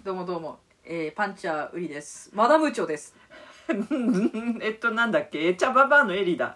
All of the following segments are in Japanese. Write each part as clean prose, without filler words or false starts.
どうもどうも、パンチャーウリです。マダムチョです。 なんだっけ、チャババアのエリだ。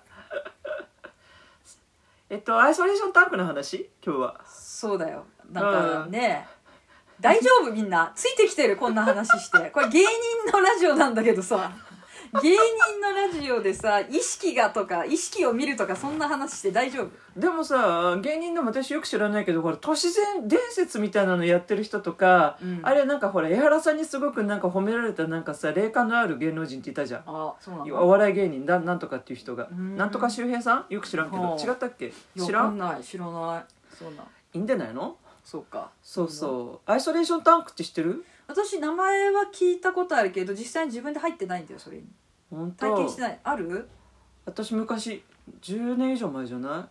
アイソレーションタンクの話今日は。 そうだよ。なんかね、大丈夫みんなついてきてる、こんな話して。これ芸人のラジオなんだけどさ、芸人のラジオでさ、意識がとか意識を見るとかそんな話して大丈夫？ でもさ、芸人の私よく知らないけど、ほら都市伝説みたいなのやってる人とか、あれなんかほら江原さんにすごくなんか褒められたなんかさ、霊感のある芸能人っていたじゃん。 あ、そうなの？ お笑い芸人なんとかっていう人が、なんとか周平さんよく知らんけど、違ったっけ？知らん？ 知らない。そうなん。 いいんじゃないの？ そうか。 そうそう。アイソレーションタンクって知ってる？ 私名前は聞いたことあるけど、実際に自分で入ってないんだよ、それに。 本当？ 体験してない。ある？ 私昔10年以上前じゃない、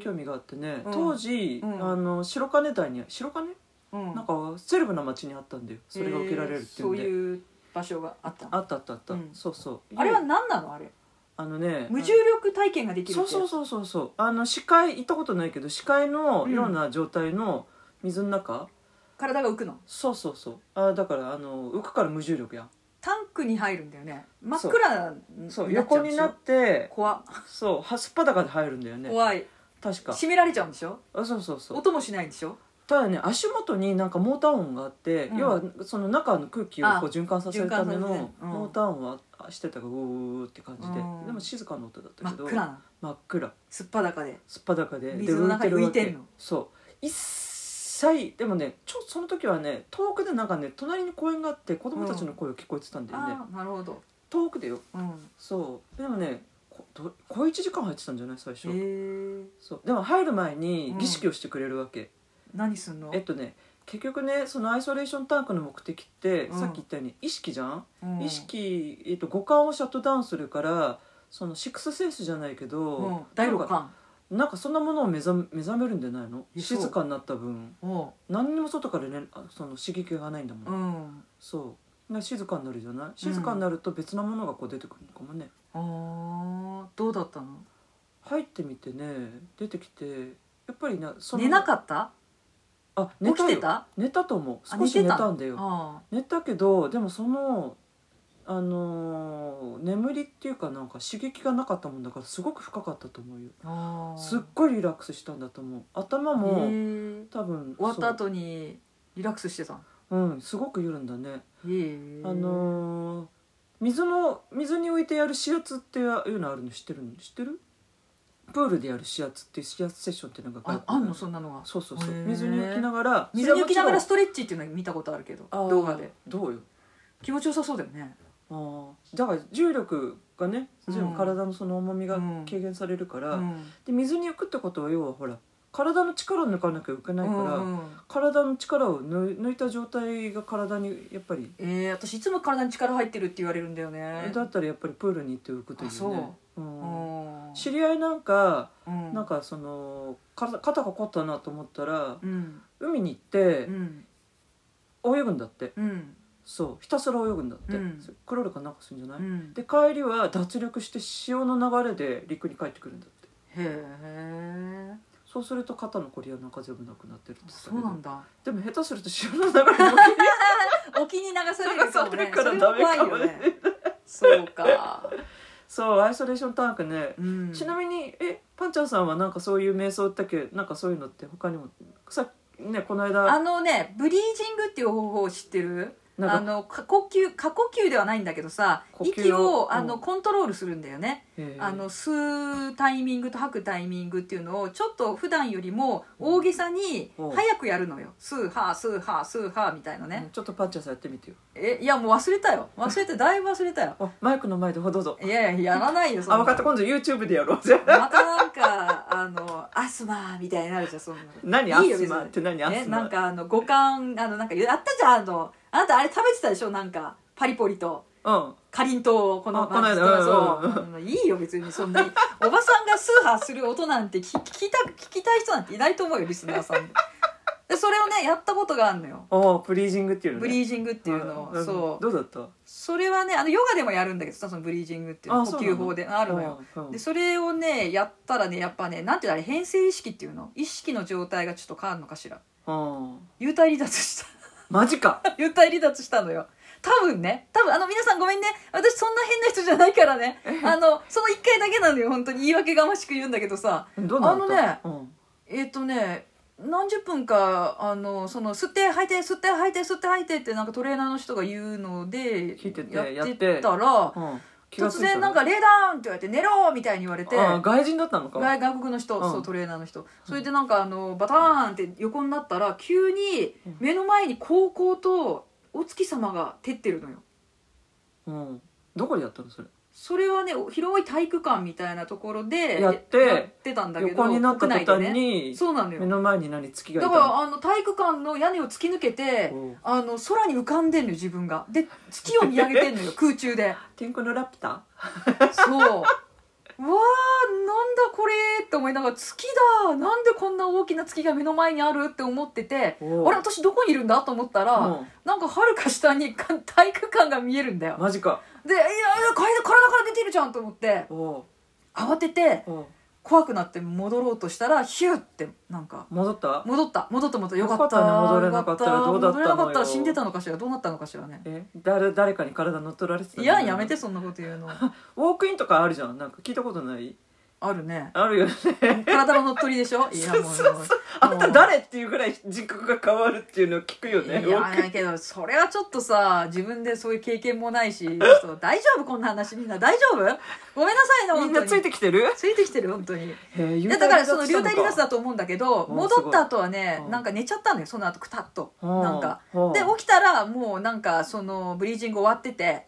興味があってね、当時、白金台に白金、なんかセレブな街にあったんだよ、それが受けられるっていうんで。 そういう場所があった。 あった、そうそう。 あれは何なの？あれ無重力体験ができるって。 そう視界行ったことないけど、視界のような状態の水の中、 体が浮くの。 そうだから浮くから無重力やん。 タンクに入るんだよね。真っ暗にそう横になって怖そうすっぱだかで入るんだよね。 怖い。 確か閉められちゃうんでしょ。 そう音もしないんでしょ。 ただね、足元になんかモーター音があって、要はその中の空気をこう循環させるためのモーター音はしてたが、うーって感じで、でも静かな音だったけど、真っ暗すっぱだかで水の中に浮いてんの。 そう一切でもね、その時はね、遠くでなんかね、隣に公園があって子供たちの声が聞こえてたんだよね。 なるほど。 遠くでよ。そうでもね、小1時間入ってたんじゃない最初。そうでも入る前に儀式をしてくれるわけ。 何すんの？ 結局ね、そのアイソレーションタンクの目的って、さっき言ったように意識じゃん。意識、五感をシャットダウンするから、そのシックスセンスじゃないけど、 第六感なんかそんなものを目覚めるんじゃないの？静かになった分、何にも外からね、その刺激がないんだもん。そう静かになるじゃない。静かになると別なものがこう出てくるのかもね。 どうだったの？ 入ってみてね、出てきてやっぱり寝なかった？ 寝たよ。 起きてた？ 寝たと思う。少し寝たんだよ。寝たけど、でもその眠りっていうか、なんか刺激がなかったもんだから、すごく深かったと思うよ。すっごいリラックスしたんだと思う。頭も多分終わった後にリラックスしてた。 すごく緩んだね。水に置いてやる指圧っていうのあるの知ってる？プールでやる指圧っていう指圧セッションっていうのがあんの？そんなのが。 そう水に浮きながらストレッチっていうのは見たことあるけど、動画で。 どうよ。 気持ちよさそうだよね。 だから重力がね、体のその重みが軽減されるから、で水に浮くってことは、要はほら体の力を抜かなきゃ浮けないから、体の力を抜いた状態が体にやっぱり。 私いつも体に力入ってるって言われるんだよね。 だったらやっぱりプールに行って浮くというね。知り合いなんかその肩が凝ったなと思ったら、海に行って泳ぐんだって。そうひたすら泳ぐんだって。クロールかなんかするんじゃない？で帰りは脱力して潮の流れで陸に帰ってくるんだって。そうすると肩のこりはなんか全部なくなってるって。 そうなんだ。 でも下手すると潮の流れで沖に流されるかもね。 からダメかもね。 そうか。 そうアイソレーションタンクね。ちなみにパンチャーさんはなんかそういう瞑想だけ、なんかそういうのって他にもね、この間ブリージングっていう方法を知ってる？過呼吸ではないんだけどさ、息をコントロールするんだよね。吸うタイミングと吐くタイミングっていうのをちょっと普段よりも大げさに早くやるのよ。スーハースーハースーハーみたいなね。 ちょっとパンチャーさんやってみてよ。 いやもう忘れたよ。だいぶ忘れたよ。 マイクの前でどうぞ。 いややらないよそんな。 分かった、今度 YouTube でやろう。 またなんかアスマーみたいになるじゃん、そんなの。 何アスマーって何？アスマーなんか五感なんかあったじゃん。あなたあれ食べてたでしょ、なんかパリポリとかりんとう。この間そういいよ別に。そんなにおばさんがスーハーする音なんて聞きたい人なんていないと思うよ、リスナーさんで。それをねやったことがあるのよ。 ブリージングっていうのね。 ブリージングっていうの。そうどうだった？ それはねヨガでもやるんだけどさ、そのブリージングっていうの呼吸法であるのよ。でそれをねやったらね、やっぱね、なんていうのあれ、変性意識っていうの、意識の状態がちょっと変わるのかしら。幽体離脱したマジか。 幽体離脱したのよ。多分皆さんごめんね、私そんな変な人じゃないからね、その1回だけなのよ、本当に言い訳がましく言うんだけどさ、 どうなった？ 何十分かその吸って吐いて吸って吐いて吸って吐いてってなんかトレーナーの人が言うのでやってたら、突然なんかレーダーンって言われて寝ろみたいに言われて、 外人だったのか。 外国の人、そうトレーナーの人、それでなんかバターンって横になったら急に目の前に高校とお月様が照ってるのよ。 どこでやったのそれはね、広い体育館みたいなところでやってたんだけど、 横になった途端に、 そうなのよ、 目の前に月がいたの。 だから体育館の屋根を突き抜けて空に浮かんでんのよ、自分が。で月を見上げてんのよ空中で。 天空のラピュタ。 そううわー、なんだこれって思いながら、月だ、なんでこんな大きな月が目の前にあるって思ってて、あれ私どこにいるんだと思ったら、なんか遥か下に体育館が見えるんだよ。 マジか。 で、いや体から出てるじゃんと思って慌てて怖くなって戻ろうとしたら、ヒューってなんか戻った。 よかった。 よかったね。戻れなかったらどうだったのよ。 戻れなかったら死んでたのかしら、どうなったのかしらね。 誰かに体乗っ取られてたの？ いや、やめてそんなこと言うの。 ウォークインとかあるじゃん。なんか聞いたことない？ あるね。 あるよね。 体の乗っ取りでしょ。いやもうあんた誰っていうぐらい時空が変わるっていうのを聞くよね。 いやだけどそれはちょっとさ、自分でそういう経験もないし、大丈夫こんな話、みんな大丈夫？ごめんなさいね、 みんなついてきてる本当に。だからその流体離脱だと思うんだけど、戻った後はね、なんか寝ちゃったのよ、その後クタッとなんかで、起きたらもうなんかそのブリージング終わってて、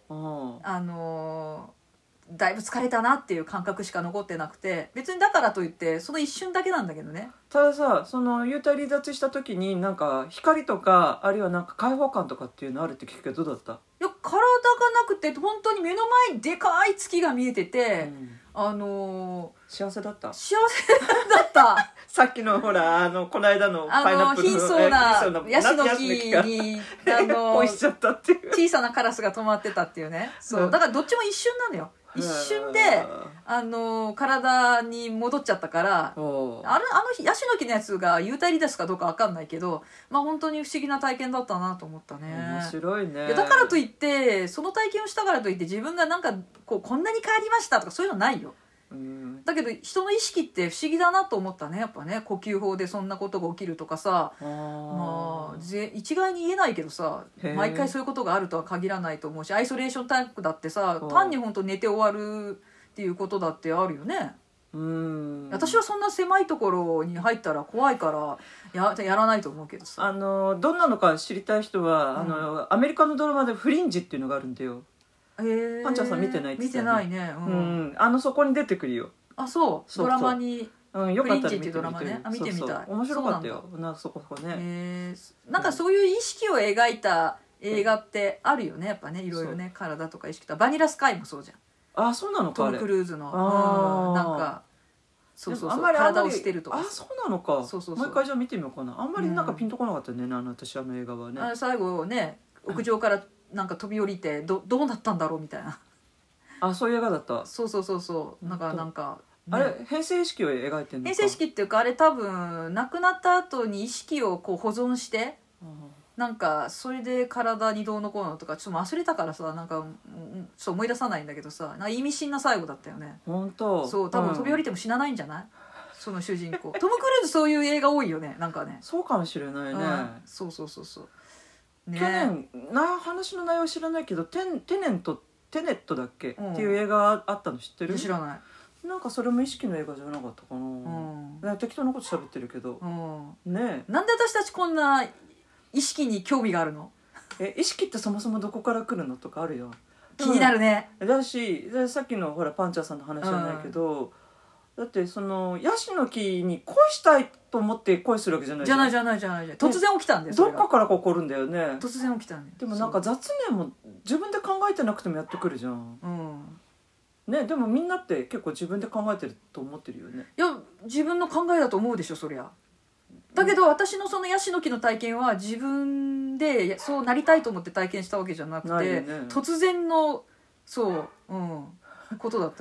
だいぶ疲れたなっていう感覚しか残ってなくて、別にだからといってその一瞬だけなんだけどね。 たださ、その幽体離脱した時になんか光とか、あるいはなんか開放感とかっていうのあるって聞くけど、どうだった？ いや、体がなくて本当に目の前にでかい月が見えてて、 幸せだった。 幸せだったさっきのほらこの間のパイナップルの貧相なヤシの木に恋しちゃったっていう小さなカラスが止まってたっていうね。そうだからどっちも一瞬なのよ。一瞬で体に戻っちゃったから、ヤシの木のやつが幽体離脱かどうか分かんないけど、まあ本当に不思議な体験だったなと思ったね。 面白いね。 だからといってその体験をしたからといって自分がなんかこんなに変わりましたとかそういうのないよ。だけど人の意識って不思議だなと思ったね、やっぱね。呼吸法でそんなことが起きるとかさ、まあ一概に言えないけどさ、毎回そういうことがあるとは限らないと思うし、アイソレーションタイプだってさ、単に本当寝て終わるっていうことだってあるよね。私はそんな狭いところに入ったら怖いからやらないと思うけどさ。 どんなのか知りたい人は、アメリカのドラマでフリンジっていうのがあるんだよ。パンチャーさん見てないって言ってたね。見てないね。そこに出てくるよ。 あ、そうドラマによかったら見てみて。 フリンジっていうドラマね。見てみたい。 面白かったよ。そこね。 なんかそういう意識を描いた映画ってあるよね、やっぱね。いろいろね、体とか意識と。バニラスカイもそうじゃん。 あ、そうなのか。 トム・クルーズのなんかそう体を捨てるとか。 あ、そうなのか。もう一回じゃあ見てみようかな。あんまりなんかピンとこなかったね、私映画はね。 最後ね、屋上からなんか飛び降りてどうなったんだろうみたいな。 あ、そういう映画だった。 そうなんか、 あれ変性意識を描いてるのか。 変性意識っていうか、あれ多分亡くなった後に意識を保存して、なんかそれで体にどうのこうのとかちょっと忘れたからさ、なんかそう思い出さないんだけどさ、なんか意味深な最後だったよね。 本当。 そう多分飛び降りても死なないんじゃない、その主人公。トム・クルーズそういう映画多いよね、なんかね。 そうかもしれないね。 そう、 去年話の内容知らないけど、テネットだっけ、っていう映画あったの知ってる？ 知らない。 なんかそれも意識の映画じゃなかったかな。適当なこと喋ってるけど。ねえ。 なんで私たちこんな意識に興味があるの？ 意識ってそもそもどこから来るのとかあるよ。 気になるね。 だし、さっきのほらパンチャーさんの話じゃないけど、だってそのヤシの木に恋したいと思って恋するわけじゃないじゃない。突然起きたんだよ。 どっかから起こるんだよね。 突然起きたんだよ。 でもなんか雑念も自分で考えてなくてもやってくるじゃん。ね、でもみんなって結構自分で考えてると思ってるよね。 いや、自分の考えだと思うでしょ、そりゃ。だけど私のそのヤシの木の体験は自分でそうなりたいと思って体験したわけじゃなくて、突然のことだったよ。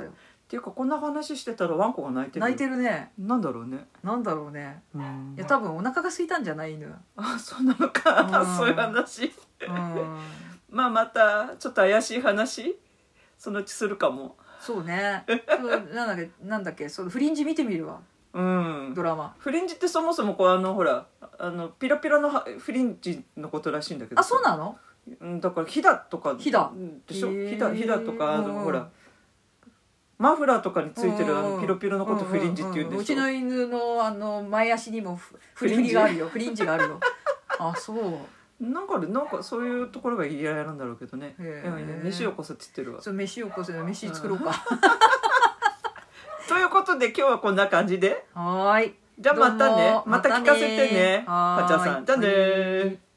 っていうかこんな話してたらワンコが鳴いてる。 泣いてるね。 なんだろうね。 なんだろうね。いや多分お腹が空いたんじゃない？犬。 あ、そうなのか。そういう話。まあまたちょっと怪しい話そのうちするかも。 そうね。なんだっけ、そのフリンジ見てみるわ。 うん、 ドラマ。 フリンジってそもそもこうほらピロピロのフリンジのことらしいんだけど。 あ、そうなの？ だからヒダとかヒダでしょ。ヒダとかほらマフラーとかについてるピロピロのことフリンジって言うんでしょ。 うちの犬の前足にもフリンジがあるよ。フリンジがあるよ。あ、そう。なんかそういうところが嫌なんだろうけどね。飯をこせって言ってるわ。 そう、飯をこせ、飯作ろうか。 ということで今日はこんな感じで。 はい。 じゃあまたね。また聞かせてね。パチャさん。じゃあね。